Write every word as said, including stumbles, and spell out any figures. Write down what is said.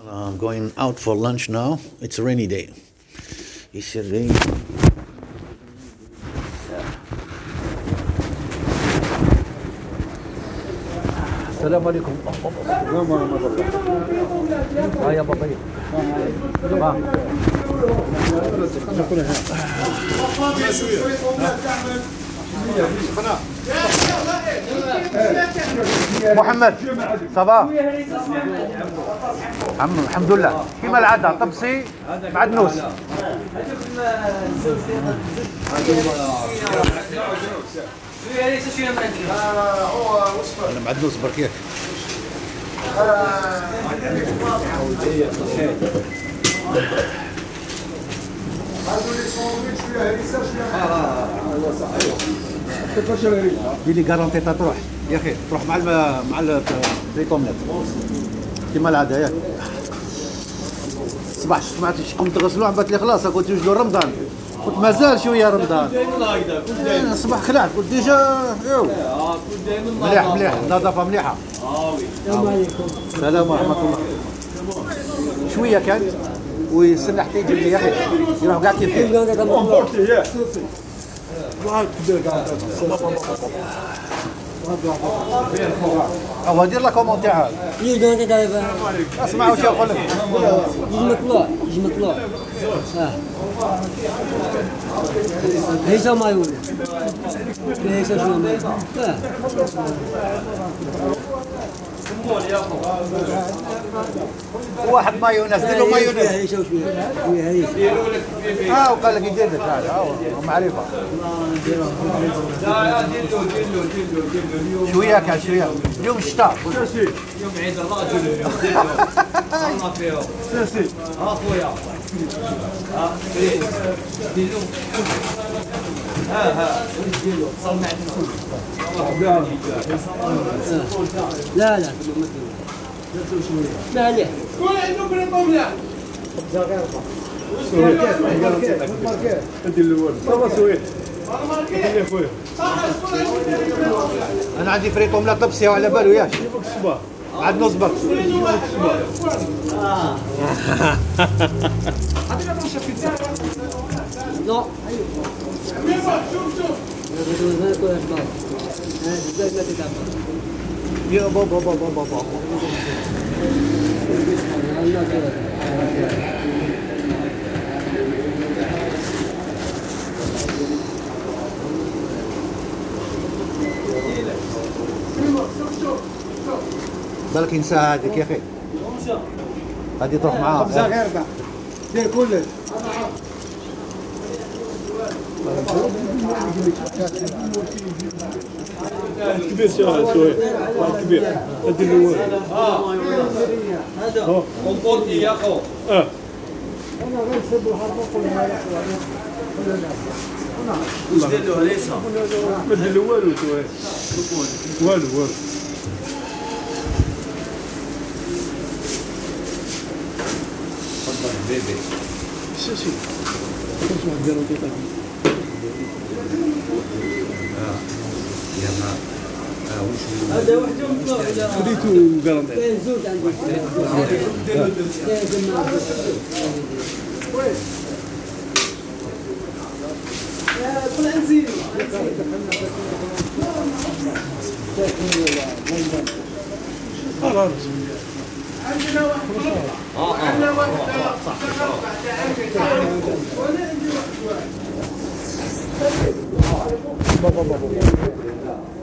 I'm going out for lunch now. It's a rainy day. It's a rain. السلام عليكم. ها يا بابا. محمد صباح الحمد لله كيما العاده طبسي معدنوس. انا معدنوس بركيك. ديري كارونتي تروح يا اخي تروح مع مع الفريكومنات كيما العاده ياك. صباح سمعت شكون تغسلوا عم بات لي خلاص كنت يوجدوا رمضان قلت مازال شويه رمضان. صباح خلعت قلت ديجا يو مليح مليح النظافه مليحه. السلام عليكم. السلام ورحمه الله. شويه كانت ويستنى حتى يجي يا اخي يروح كاع كيف كيف. هو دير لك كومونتي عاد اسمع واش يقول لك. يجي مطلوع يجي مطلوع اه هيس ما يقول هيس شنو ما اه واحد مايونيز دير له مايونيز هيس شويه هيس اه وقال لك يدير لك هذا هو معرفه شويه كان شويه اليوم الشتاء يوم عيد الرجل صرنا فيه سيسي ها خويا ها ديرو ها ها ديرو صرنا لا لا لا عليه شكون عنده بريطو مليح ندير الاول صافا سويت انا عندي فريطو ملا طبسي وعلى بالو ياش عاد نصبر. لا يا بابا بابا بابا بالك ينسى هذيك يا اخي غادي تروح معاه خبزه غير كاع دير كلش كبير شويه شويه كبير ادير له هذا كومبوتي يا خو اه انا غير نسب الحرب نقول لها واش دير له هريسه ما دير له والو شويه والو والو بيبي شو شو شو عندنا كده اه يا ما هذا وحده خديتو قرنطي كاين زوج عندي يا طلع نزيد خلاص عندنا واحد اه عندنا واحد صح بابا بابا